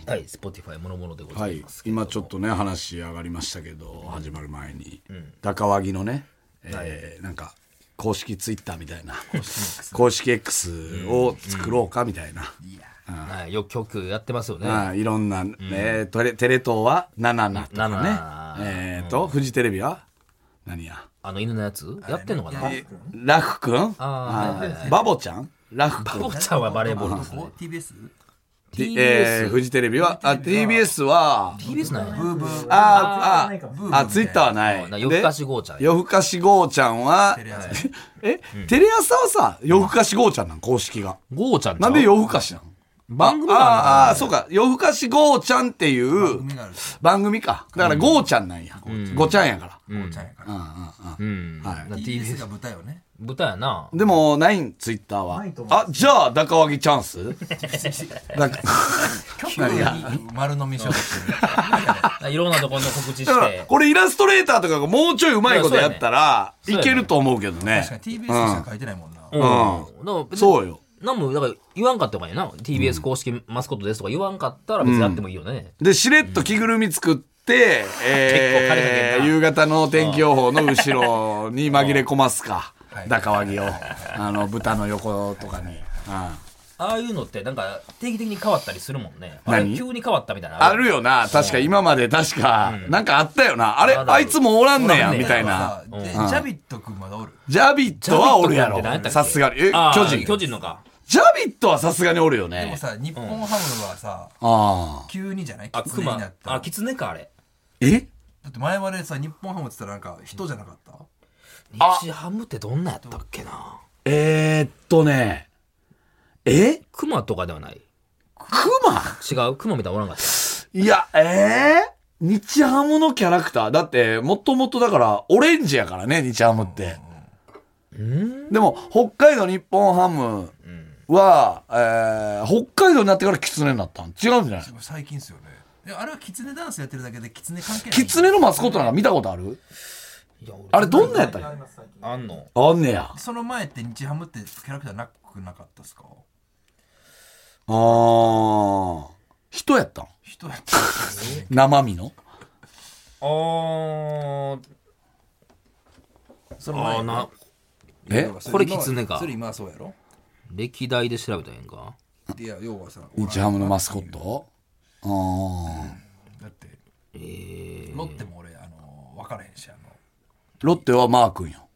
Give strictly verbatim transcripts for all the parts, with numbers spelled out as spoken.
はい、Spotify もろもろでござはいいますけども、 今ちょっとね話上がりましたけど、始まる前に、高和木のね、えーなんか公式ツイッターみたいな公式 X を作ろうかみたいな、 はい、よく曲やってますよね。 はい、いろんな、ねテレテレ東はナナナとかね、 ナナえーと、フジテレビは何や、 あの犬のやつやってんのかな。 ラフくん、 あーバボちゃん、ラフくん、 バボちゃんはバレーボールですね。 ティービーエス？ えー、フジテレビは、あ、ティービーエス は、 ティービーエス なんや。 ブーブー。 あー、あ、あ、ツイッターはない。 夜更かしゴーちゃんや。 夜更かしゴーちゃんは、 テレ朝え、テレ朝はさ、夜更かしゴーちゃんなん、公式が。 ゴーちゃんちゃうなんで夜更かしなん番組ああ、あなあ、そうか。夜更かしゴーちゃんっていう組があると番組か。だからゴーちゃんなんや。ゴーちゃんやから。 こうちゃんやから。 うん。 はいティービーエティービーエススが豚よね。 豚やな。 でも、ないん、ツイッターは。あ、じゃあ、高和木チャンスなんか、何が丸飲みしようとしてる。 いろんなところの告知しだから、 て。 これイラストレーターとかがもうちょいうまいことやったら、 いやそうやねいけると思うけどね確か。に ティービーエス しか書いてないもんな。 うん。だから別にそうよ。 なんも、だから言わんかった方がいいな。ティービーエス 公式マスコットですとか言わんかったら別にやってもいいよね。 で、しれっと着ぐるみ作って、え結構借りたけー、 んな夕方の天気予報の後ろに紛れ込ますか。高和木を。あの、豚の横とかに。うんああいうのってなんか定期的に変わったりするもんね。あれ何急に変わったみたいな。 あるよな。確か今まで確か、なんかあったよな。あれあるあるあいつもおらんねや、 おらんねやみたいな。 でジャビット君まだおる。 ジャビットはおるやろジャビット君って何やったっ。けさすがに。え、 あー巨人。 巨人のか。 ジャビットはさすがにおるよね。 でもさ、日本ハムはさ、 ああ。 急にじゃないあ、 キツネにな熊っ。た。 あ、 だキツネか、あれ。 えって前までさ、日本ハムって言ったらなんか人じゃなかった日ハムってどんなやったっけな。 えー、っとね。え熊とかではない。 ク違う熊みたいなのおらんかった。 マいや、えー、日ハムのキャラクターだって、もともとだから、オレンジやからね、日ハムって。でも、北海道日本ハムは、えー、北海道になってからキツネになったん違うんじゃない最近っすよね。いやあれはキツネダンスやってるだけでキツネ関係ない。 キツネのマスコットなんか見たことあるいや俺あれどんなやったっけあんのあんねや。 その前って日ハムってキャラクターなくなかったっすか？ あー。人やったん人やったんですね。 生身のあーその前あーな。 えこれキツネかそれ今はそうやろ？ 歴代で調べたらええんか。 いや、要はさ、 日ハムのマスコットあー。 だって、 えロッテも俺、あの、分からへんし、あの、 ロッテはマー君よ。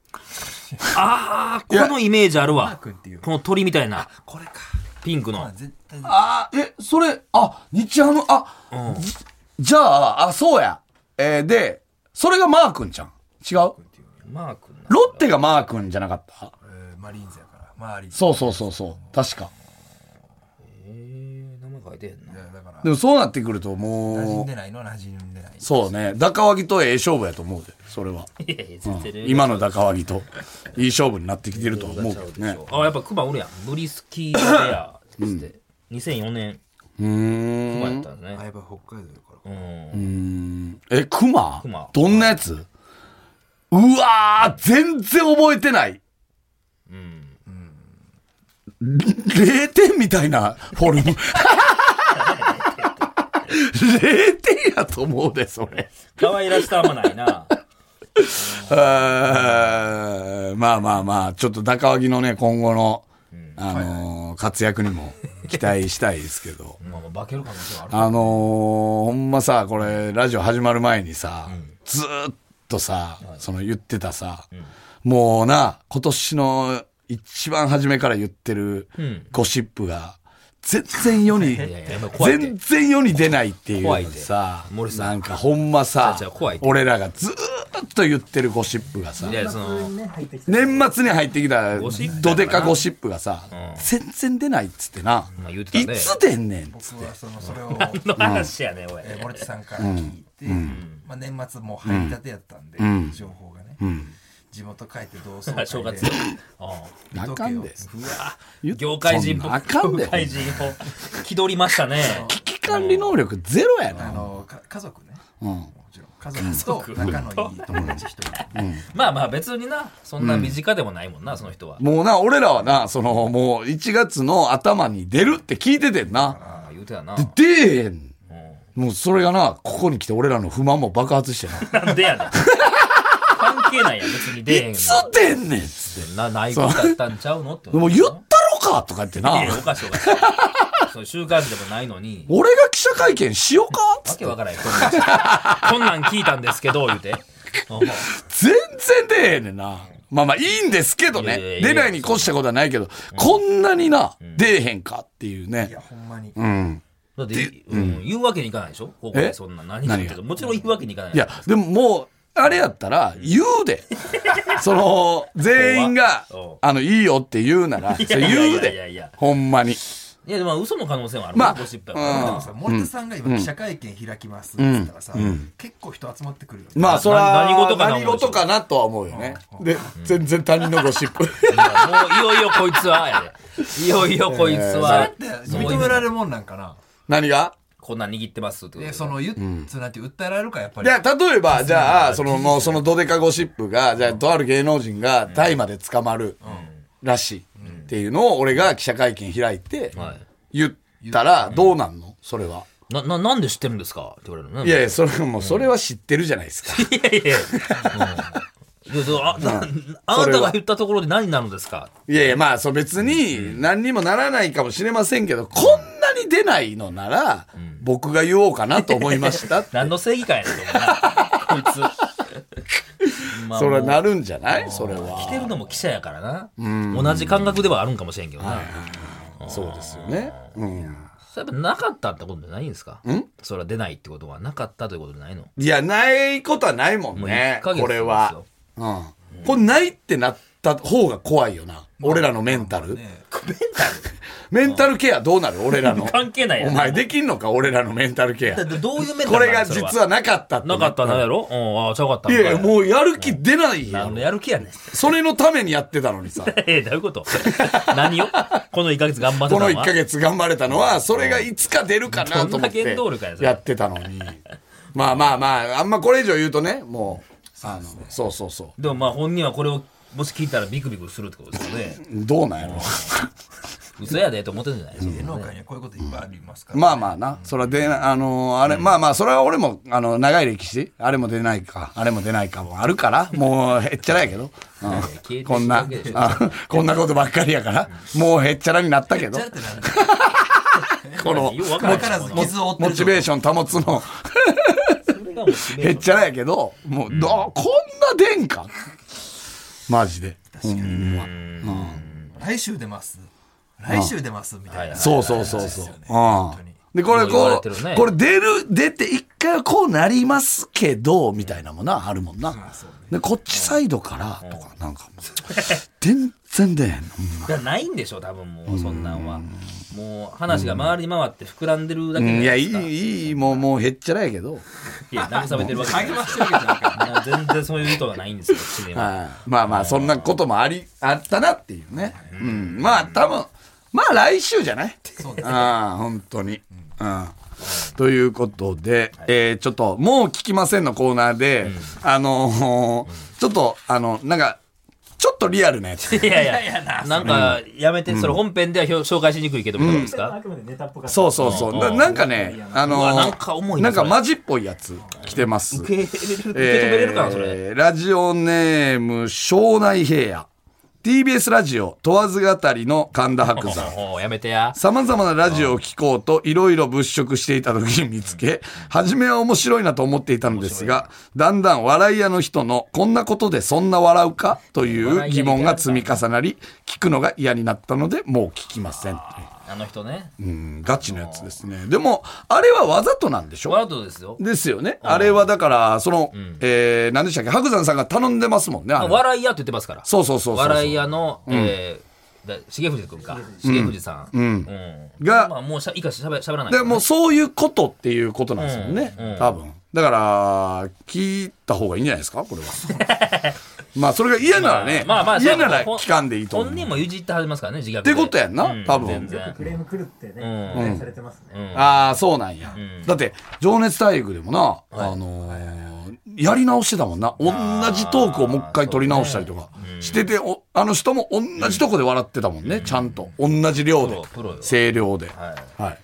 ああ、このイメージあるマーわ。 君っていう。 この鳥みたいなこれか。 ピンクのまあ。絶対あー、え、それ、あ、日ハム、あ、 うんじゃあ、あ、そうや。えーで、それがマー君ちゃん。違うマー君な。 ロッテがマー君じゃなかったえーマリーンズやから。マーリンズ。 そうそうそうそう。確か。 えー、名前書いてへんな。 いやだから、 でもそうなってくると馴染もう、 んでないのは馴染んでない。 そうね。高和木とええ勝負やと思うで、それは。 いやいや、全然今の高和木と、いい勝負になってきてると思うけどね。 あ、やっぱクマおるやん。ブリスキーベアつって。にせんよねん、 うクーん。 マやったんですね。 あ、やっぱ北海道やから。 うん。 うーんえ、熊熊どんなやつうわー全然覚えてない。 うん。 れいてんみたいなフォルム。れいてんやと思うで、それ。 可愛らしさはあんまないな。 あーまあまあまあ、ちょっと高木のね、今後の、あのー活躍にも期待したいですけど。 まあまあ、化ける可能性はある。 あのー、ほんまさ、これ、ラジオ始まる前にさ、ずーっとさ、その言ってたさ、もうな、今年の一番初めから言ってるんゴシップが、全然世に、 いやいややっぱ怖いって全然世に出ないっていう怖いってさ、 森さんなんかほんまさちゃうちゃう怖いっ、て俺らがずーっと言ってるゴシップがさい、や、その、 年末に入ってきたゴシップドデカゴシップがさ、 うん全然出ないっつってな、 まあ言うてたねいつ出んねんっつって。 僕はその、それを、 の話やね、おい。 えー、森田さんから聞いて、まあ年末もう入りたてやったんで、情報がね、地元帰って同窓会で正月。ああかんで。 あ言っ業界人そんなあかんで業界人を気取りましたね。 危機管理能力ゼロやあな。 のか家族ね、 うん。 もちろん家族と仲のいい友達一人、 まあまあ別にな、そんな身近でもないもんな、その人は。 もうな、俺らはな、その、もういちがつの頭に出るって聞いててんな。 ああ言う言うてたな。 で、出えへん。もうそれがな、ここに来て俺らの不満も爆発してな。 なんでやねん。関係ないやん、別に出えへんの。 いつ出んねんっつって。 な、ないことやったんちゃうのって。 もう言ったろかとか言ってな。 いや、おかしいおかしい。そう週刊誌でもないのに。 俺が記者会見しようかっつって。 わけわからへん。こんなんこんなん聞いたんですけど、言うて。 全然出えへんねんな。まあまあいいんですけどね。 いやいやいや出ないに越したことはないけど、こんなにな、出えへんかっていうね。 いやほんまにうん。 だって、うん、言うわけにいかないでしょここでそんな何言ってるもちろん言うわけにいかない。 いや、でももう、あれやったら、言うで。その、全員が、あの、いいよって言うなら、それ言ういやいやいやでいや。 ほんまに。 いや、でも嘘の可能性もある。 まあゴシップやうんからでもさ森田さんが今記者会見開きますって言ったらさ、結構人集まってくるよね。 まあ、それは、 何事かな何事かなとは思うよね。で、全然他人のゴシップ。 いやもういよいよこいつはやで。いよいよこいつそれはって認められるもんなんかな。 何がこんなん握ってますってことでその言っそうなんて訴えられるかやっぱり。 いや、例えば、じゃあ、その、もう、そのドデカゴシップが、じゃあ、とある芸能人が大麻で捕まるらしいっていうのを、俺が記者会見開いて、 はい言ったら、どうなんのそれは。 な、な、なんで知ってるんですかって言われるね。 いやいや、それもう、それは知ってるじゃないですか。 いやいやいや。うんいやあなあなたが言ったところで何になるんですか。 いやいや、まあ、そう別に何にもならないかもしれませんけど、こんなに出ないのなら、僕が言おうかなと思いましたって。 何の正義感やねんと思うなこいつ。まあそれはなもるんじゃないそれうは。 来てるのも記者やからな。同じ感覚ではあるんかもしれんけどな。 そうですよね。うん。 それやっぱなかったってことじゃないんですか。 んそれは出ないってことはなかったということじゃないの。 いや、ないことはないもんもうね。 いっかげつこれはですよ。 うん。これないってなった方が怖いよな。俺らのメンタル。 ねメンタルメンタルケアどうなる俺らの。 関係ないやんお前できんのか俺らのメンタルケア。 だってどういうメンタルこれがなのそ実はなかったってなかったなやろうん、ああ、ちゃうかったんかいやいや、もうやる気出ないよ何。のやる気やねん。 それのためにやってたのにさ。 え、どういうこと何をこのいっかげつ頑張ってたのはこのいっかげつ頑張れたのは、それがいつか出るかなと思っどんな原て動力やねんそれやってたのに。まあまあまあ、あんまこれ以上言うとね、もう、あの、そうそうそでもまあ本人はこれをもし聞いたらビクビクするってことですよね。 う。どうなんやろ。 嘘やでと思ってるんじゃないですか。 芸能界にはこういうこといっぱいありますから。 まあまあな。それは出な、あのーあれ、まあまあ、それは俺も、あの、長い歴史、あれも出ないか、あれも出ないかもあるから、もうへっちゃらやけど。うん消えていくこんなわけでしょあ、こんなことばっかりやから、もうへっちゃらになったけどじゃあ、ってなんだこの、 ようわからん分からず傷を負ってるモチベーション保つの、 それがモチベーションへっちゃらやけど、もう、どこんな出んか。マジで。ほんま来週出ます。来週出ますみたいな。 そうそうそうそう。 ねうん本当に。 で、これ、 もう言われこてるねう、これ出る、出て、一回はこうなりますけど、みたいなもんな、あるもんな。で、こっちサイドから、とか、なんかもう、全然出へんの。ほんまがないんでしょ多分もうそんなんは。もう話が回り回って膨らんでるだけうんいや、いじゃないですか。 い、いい、もう、もうへっちゃらやけど。 いや慰めてるわけじゃない励ましてるわけじゃなくて。 もう全然そういう意図がないんですよこっちには。 はいまあまあ、そんなこともあり、あったなっていうね。うん。まあ、多分、まあ来週じゃないそうです。 ああ、本当に。うん。ということで、えーちょっと、もう聞きませんのコーナーで、あのーちょっと、あの、なんか、ちょっとリアルなやつ。 いやいやいやななんかやめて、それ本編では紹介しにくいけどみたいなことですか。 あくまでネタっぽかった。 そうそうそう。ななんかね、あのーうわなんか重いななんかそれマジっぽいやつ来てます。 受け入れる受け止めれるかなそれ。 えーラジオネーム、庄内平野。ティービーエス ラジオ問わず語りの神田伯山。 おうやめてや。 様々なラジオを聞こうといろいろ物色していた時に見つけ、初めは面白いなと思っていたのですが、だんだん笑い屋の人のこんなことでそんな笑うかという疑問が積み重なり、聞くのが嫌になったのでもう聞きません。 あの人ね。 うん、ガチのやつですね。でも、あれはわざとなんでしょワードですよ。 ですよね。あれはだから、その、えー、何でしたっけ白山さんが頼んでますもんね。あれは笑い屋って言ってますから。 そうそうそうそう。 笑い屋の、えー、だ重藤君か。重藤さん。うん。 がまあもうしゃいいかしゃべしゃべらないかでらね。 もうそういうことっていうことなんですよね。 うんうん多分。だから、聞いた方がいいんじゃないですかこれは。まあ、それが嫌ならね、 まあまあ嫌ならほん聞かんでいいと思う。 本人もいじってはりますからね、自虐っで。 てことやんな、 うん多分全然クレーム来るってね、 うん懸念されてますね。 ああ、そうなんや。 んだって、情熱大陸でもな、あのーやり直してたもんな。同じトークをもう一回取り直したりとかしてて、おあの人も同じとこで笑ってたもんね、ちゃんと。同じ量でプロプロよ。 声量で。 はい。 はい。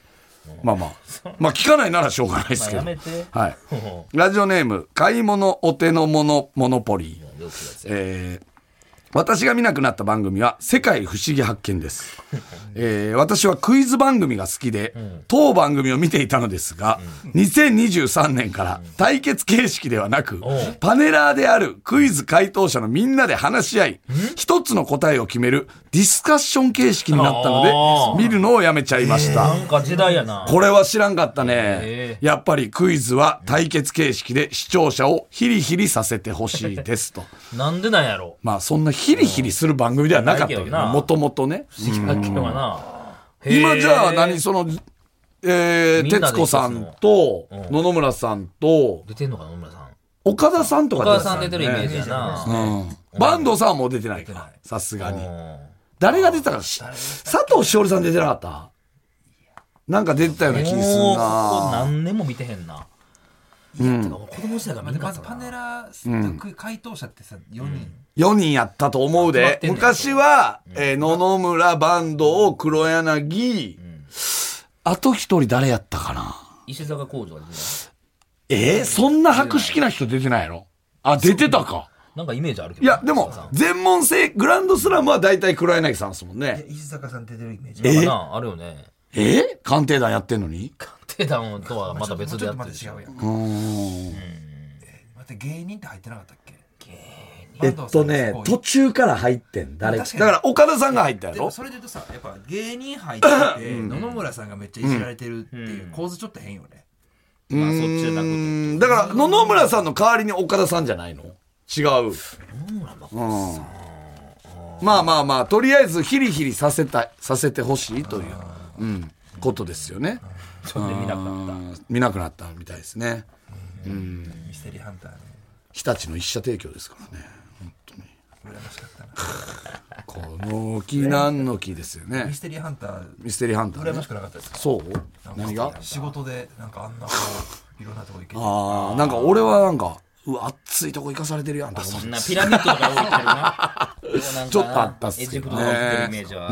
まあまあ。まあ聞かないならしょうがないですけど。 まあやめて。 はい。ラジオネーム、買い物お手の物モノポリー。 よくやつやえー私が見なくなった番組は世界不思議発見です、えー、私はクイズ番組が好きで、うん、当番組を見ていたのですが、うん、にせんにじゅうさんねんから対決形式ではなく、うん、パネラーであるクイズ回答者のみんなで話し合い、一つの答えを決めるディスカッション形式になったので見るのをやめちゃいました。 なんか時代やな。 これは知らんかったね。やっぱりクイズは対決形式で視聴者をヒリヒリさせてほしいですと。 なんでなんやろ。 まあそんなヒリヒリする番組ではなかったけどもともとね。 不思議発見はな。 今じゃあ何その、えー、徹子さんと野々村さんと出てんのか野々村さん。 岡田さんとか出てる。岡田さん出てるイメージやな。 坂東さんはもう出てないか。さすがに。誰が出てたか佐藤栞里さん出てなかった？なんか出てたような気がするな。 何年も見てへんな。いや、てか子供時代から見てまずパネラー回答者ってさよにんよにんやったと思うで。昔はえ野々村、坂東、黒柳、あと一人誰やったかな。 石坂浩二が出てない。 えー、そんな博識な人出てないやろ。あ、出てたか。 なんかイメージあるけど。 いや、でも、全問正、グランドスラムは大体黒柳さんですもんね。 石坂さん出てるイメージ。 えー、あるよね。 えー、鑑定団やってんのに鑑定団とはまた別でやってる。 ちょっと待って違うやん。うん。待って芸人って入ってなかったっけ？ 芸人。えっとね、途中から入ってん。誰か。だから岡田さんが入ったやろ。 でもそれで言うとさ、やっぱ芸人入ってて、野々村さんがめっちゃいじられてるっていう構図ちょっと変よね。 まあそっちじゃなくて。 だから野々村さんの代わりに岡田さんじゃないの？違う。うん。まあまあまあ、とりあえずヒリヒリさせたい、させてほしいという、うん、ことですよね。 それで見なくなった。 見なくなったみたいですね。うん。 ミステリーハンターね。 日立の一社提供ですからね。本当に。 羨ましかったな。 この木なんの木ですよね。 ミステリーハンター。 ミステリーハンター、ね。 羨ましくなかったですか？ そう何が？ 仕事で、なんかあんなこう、いろんなとこ行けて。 ああ、なんか俺はなんか、うわ、熱いとこ行かされてるやんとか。そんなピラミッドとか置いてるな。 ちょっとあったっすけどね。 エジプトの置いてるイメージは。 うん。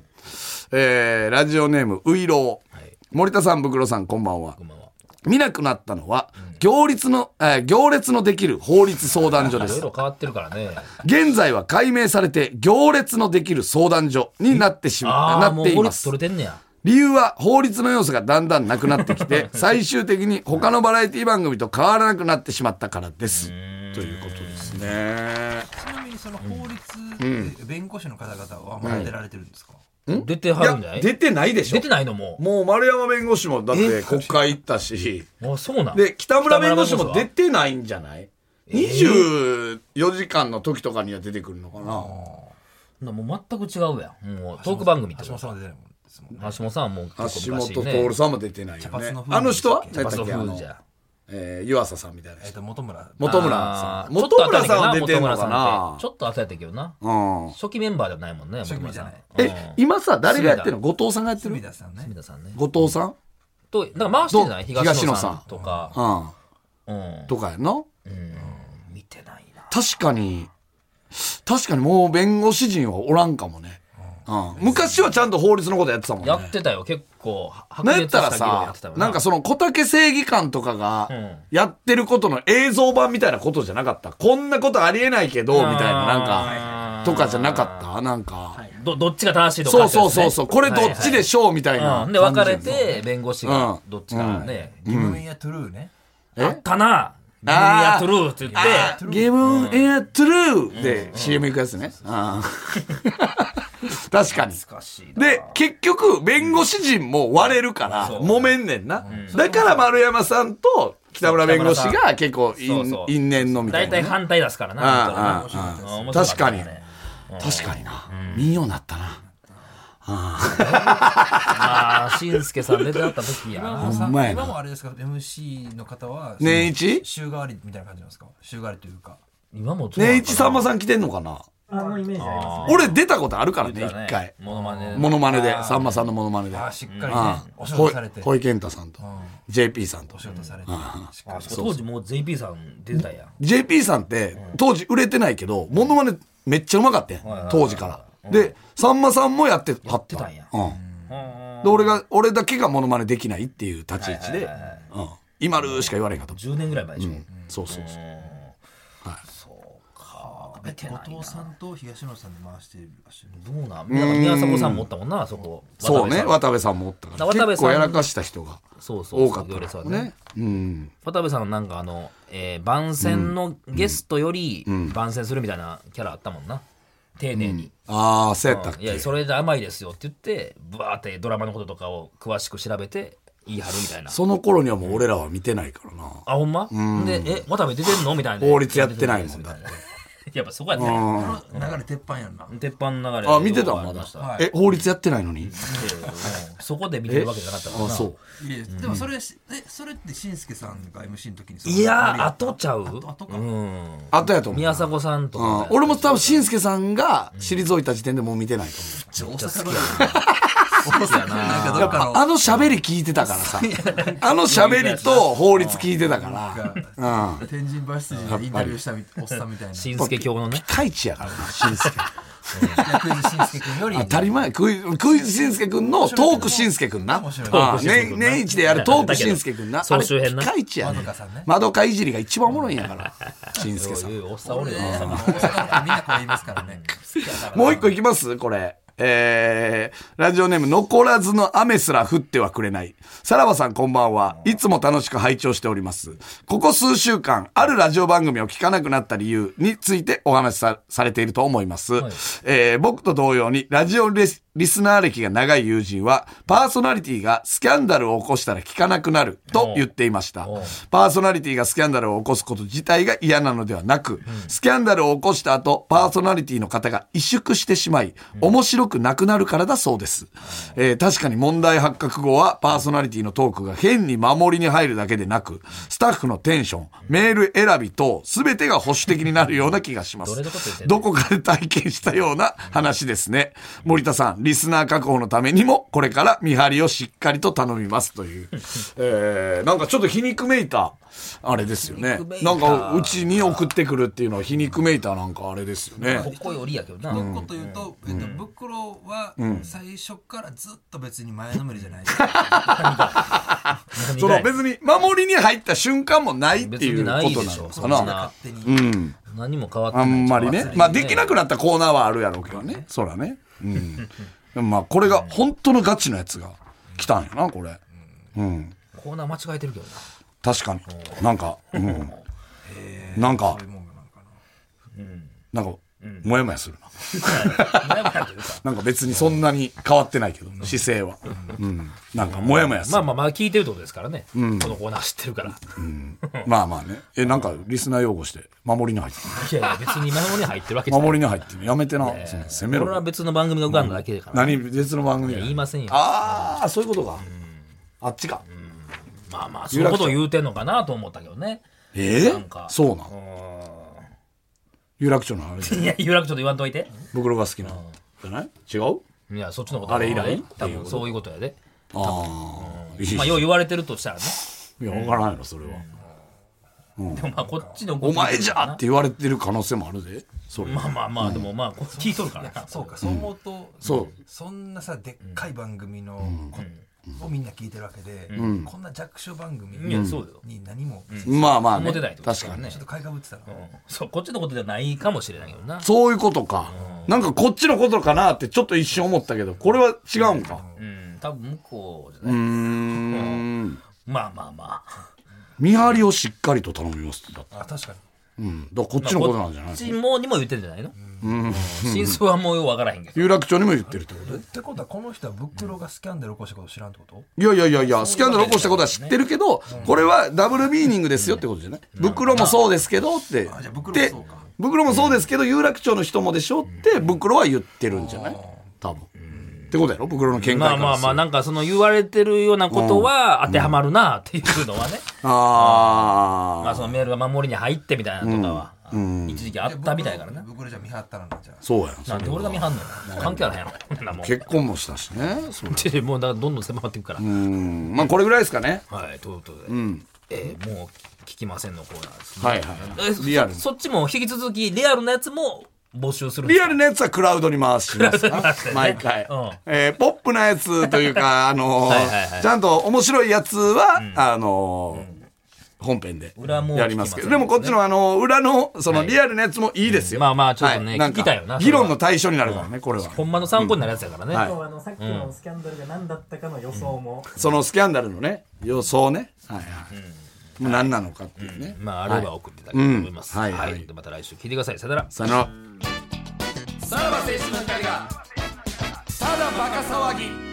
えー、ラジオネーム、ういろう。はい、森田さん、ブクロさん、こんばんは。こんばんは。見なくなったのは、うん、行列の、えー、行列のできる法律相談所です。 いろいろ変わってるからね。 現在は改名されて、行列のできる相談所になってしま、なっています。もう法律取れてんねや。 理由は法律の要素がだんだんなくなってきて最終的に他のバラエティ番組と変わらなくなってしまったからですということですね。 ちなみにその法律で弁護士の方々はまだ出られてるんですか？ うん、出てはるんじゃない？ 出てないでしょ。 出てないのもうもう丸山弁護士もだって国会行ったし、 あ、そうなんで北村弁護士も出てないんじゃない？にじゅうよじかんの時とかには出てくるのかな。 もう全く違うやん。もうトーク番組って橋本さんは出てないもん。 橋本さんはもう結構昔、ね、橋本徹さんも出てないよね。あの人は茶髪の風じゃ、 えー、湯浅さんみたいな人。 えっと本村本村さん。本村さんは出てんのかな。 ちょっと後やったけどな。 うん。 初期メンバーではないもんね。 初期じゃない。 え、今さ誰がやってるの？後藤さんがやってる。 隅田さんね。 隅田さんね。 後藤さんとなんか回してない？東野さんとか。 うん。うん。とかやな。うん。 見てないな。 確かに確かにもう弁護士陣はおらんかもね。うん、昔はちゃんと法律のことやってたもんね。 やってたよ結構。 なんやったらさ、なんかその小竹正義感とかがやってることの映像版みたいなことじゃなかった。こんなことありえないけどみたいななんかとかじゃなかった。なんか、はい、 どどっちが正しいとか、 ね、そうそうそうそう、これどっちでしょうみたいな、はいはいうん、で分かれて弁護士がどっちかね、 ギブメンやトゥルーね、 うん、あったな。ギブメンやトゥルーって言ってギブメンやトゥルーで シーエム 行くやつね。確かに。で、結局、弁護士陣も割れるから、揉めんねんな。うん、だから丸山さんと北村弁護士が結構因縁のみたいな、ね。 大体反対出すからな。ああああ確かに。確かにな。見んようになったな。 ああ、しんすけさん出てあった時やな。 今もあれですか、エムシー の方は。 年一週替わりみたいな感じなんですか？週替わりというか。 今も年一さんまさん来てんのかな？ あのイメージありますね。 俺出たことあるからね、一回。 モノマネ。 モノマネで、さんまさんのモノマネで。 ああ、しっかりね。お仕事されて。 小池健太さんと、ジェーピー さんと。 お仕事されて。 当時もう ジェーピー さん出てたやん。 ジェーピー さんって、当時売れてないけど、モノマネめっちゃうまかったやん。当時から。で、さんまさんもやってはった。 やってたんや。 で俺が俺だけがモノマネできないっていう立ち位置で「うん今る」しか言われへんかった。 じゅうねんぐらい前でしょ、 そうそうそう。 え後藤さんと東野さんで回してるらっしゃる。 どうなん、だから宮迫さんもおったもんな、そこ。 そうね、 渡部渡部さんもおったから渡部さん結構やらかした人がそうそうそう多かったからね行列はね。 うん渡部さんはなんかあの、えー番宣のゲストより番宣するみたいなキャラあったもんな。丁寧に。 ああそうやったっいや、 け。 それで甘いですよって言って、ブワーってドラマのこととかを詳しく調べて言い張るみたいな。 その頃にはもう俺らは見てないからな。 あ、ほんまで、え、渡部出てんのみたいな。 法律やってないもんだって。 やっぱそこやね。 この流れ鉄板やんな。 鉄板の流れ。 あ見てたようあまだりしたえ法律やってないのに。 でうんそこで見てるわけじゃなかったからな。 あそういやでもそれえそれってしんすけさんが エムシー の時にそういやー、 ノリやった後ちゃう後後かうん。 後やと思う。 宮迫さんとうんか。 俺も多分しんすけさんが退いた時点でもう見てないと思う。 大阪の大阪のなんかどっかのあの喋り聞いてたからさ。あの喋りと法律聞いてたから。うん。 天神橋筋でインタビューしたみおっさんみたいな。 しんすけ教のね。 太一やからな、しんすけ。 クイズしんすけくんより当たり前。クイクイズしんすけくんのトークしんすけくんな。 面白いああ年年一でやるトークしんすけくんな。 総集編なあれピカイチやねまどかさんね。 まどかいじりが一番おもろいんやから。しんすけさん。 おっさんおるよ。 大阪の子みんなこう言いますからね。 もう一個いきますこれ。えー、ラジオネーム、残らずの雨すら降ってはくれない。さらばさんこんばんは。いつも楽しく拝聴しております。ここ数週間、あるラジオ番組を聞かなくなった理由についてお話し さ, されていると思います。 はいえー、僕と同様に、ラジオレスリスナー歴が長い友人は、パーソナリティがスキャンダルを起こしたら聞かなくなると言っていましたおう。 パーソナリティがスキャンダルを起こすこと自体が嫌なのではなく、スキャンダルを起こした後、パーソナリティの方が萎縮してしまい、面白くなくなるからだそうです。えー確かに問題発覚後は、パーソナリティのトークが変に守りに入るだけでなく、スタッフのテンション、メール選び等、すべてが保守的になるような気がしますどれのこと言ってん。のどこかで体験したような話ですね。森田さん、リスナー確保のためにも、これから見張りをしっかりと頼みますという。えー、なんかちょっと皮肉めいた、あれですよね皮肉めい。たなんか、うちに送ってくるっていうのは皮肉めいたなんかあれですよね。 ここよりやけどな。 一言言うと、えっと、袋は最初からずっと別に前のめりじゃない。 その別に守りに入った瞬間もないっていうことな別にないでしょのかそんなな。 勝手に。 うん。 何も変わってなあい。 んまりね。まあできなくなったコーナーはあるやろうけどね。そらね。うん。でもまあこれが本当のガチのやつが来たんやな、これ。うん。 コーナー間違えてるけどな。 確かに。なんか、うん。なんか、なんか、もやもやするな。 前もやってるかなんか別にそんなに変わってないけど、姿勢は。うん。なんかもやもやする。 まあまあまあ聞いてるってことですからね。このコーナー知ってるから。 まあまあね。え、なんかリスナー用語して、守りに入っていやいや、別に守りに入ってるわける。 じゃない。 守りに入ってる。やめてな。その攻めこれはろ。 別の番組が浮かんだだけだから。 何別の番組で言いませんよ。 ああ、そういうことか。あっちか。 まあまあ、そういうことを言うてんのかなと思ったけどね。 ええなんかそうなん有楽町のあれでいや、有楽町と言わんといて。 袋が好きなじゃない違ういや、そっちのことあれ以来多分そういうことやで。 ああいいまあ、よう言われてるとしたらね。 いや分からないのそれはでもまあ、こっちのお前じゃって言われてる可能性もあるでそれまあまあまあ、でもまあ、こっち聞いとるからな。 そうか、そう思うと、 そうそんなさ、でっかい番組のこをみんな聞いてるわけで、こんな弱小番組いや、そうよ。 に何も、 まあまあね思ってないってこと確かにねちょっと買いかぶってたら、 そう、こっちのことじゃないかもしれないけどな。 そういうことかなんかこっちのことかなってちょっと一瞬思ったけどこれは違うんかうん、多分向こうじゃうーない。 んまあまあまあ。 見張りをしっかりと頼みますってだってあ、確かに。 うんだからこっちのことなんじゃないこっちもにも言ってるんじゃないの真相はもうようわからへんけど。 有楽町にも言ってるってことってことは、この人は袋がスキャンダル起こしたこと知らんってこといやいやいやいや、スキャンダル起こしたことは知ってるけど、これはダブルミーニングですよってことじゃない袋もそうですけどって。 あじゃあ袋もでそうか袋もそうですけど、有楽町の人もでしょって、袋は言ってるんじゃない多分。ってことやろ袋の見解からまあまあまあ、なんかその言われてるようなことは当てはまるなっていうのはね。 あまあそのメールが守りに入ってみたいなとかは、一時期あったみたいからね。 袋じゃ見張ったらな、じゃあ。 そうやん。 なんで俺が見張んのよ。関係あらへんやろ。こんなもん。 結婚もしたしね。それもうだからどんどん狭まっていくから。 うん。まあこれぐらいですかね。 はい、ということで。 うん。 えーもう聞きませんのコーナーですね。 はいはい。 えリアルにそそっちも引き続きリアルなやつも募集するんですか？ リアルなやつはクラウドに回しますクラウドに回してね毎回、 うんえーポップなやつというか、あのーはいはいはいちゃんと面白いやつは、あのー本編で裏もやりますけど、 聞きますねでもこっちのあの裏のそのはいリアルなやつもいいですよ、 うんまあまあちょっとねはいなんか聞きたいよな議論の対象になるからね、これはほんまの参考になるやつやからね。 はい今日はあのさっきのスキャンダルが何だったかの予想も、 そのスキャンダルのね予想ね、はいはい、もう何なのかっていうね、 まあ、あれば送っていただければと思います。 ははいい。 はいでまた来週聞いてください。さよなら。 さよなら。 さらば青春の光が、 ただバカ騒ぎ。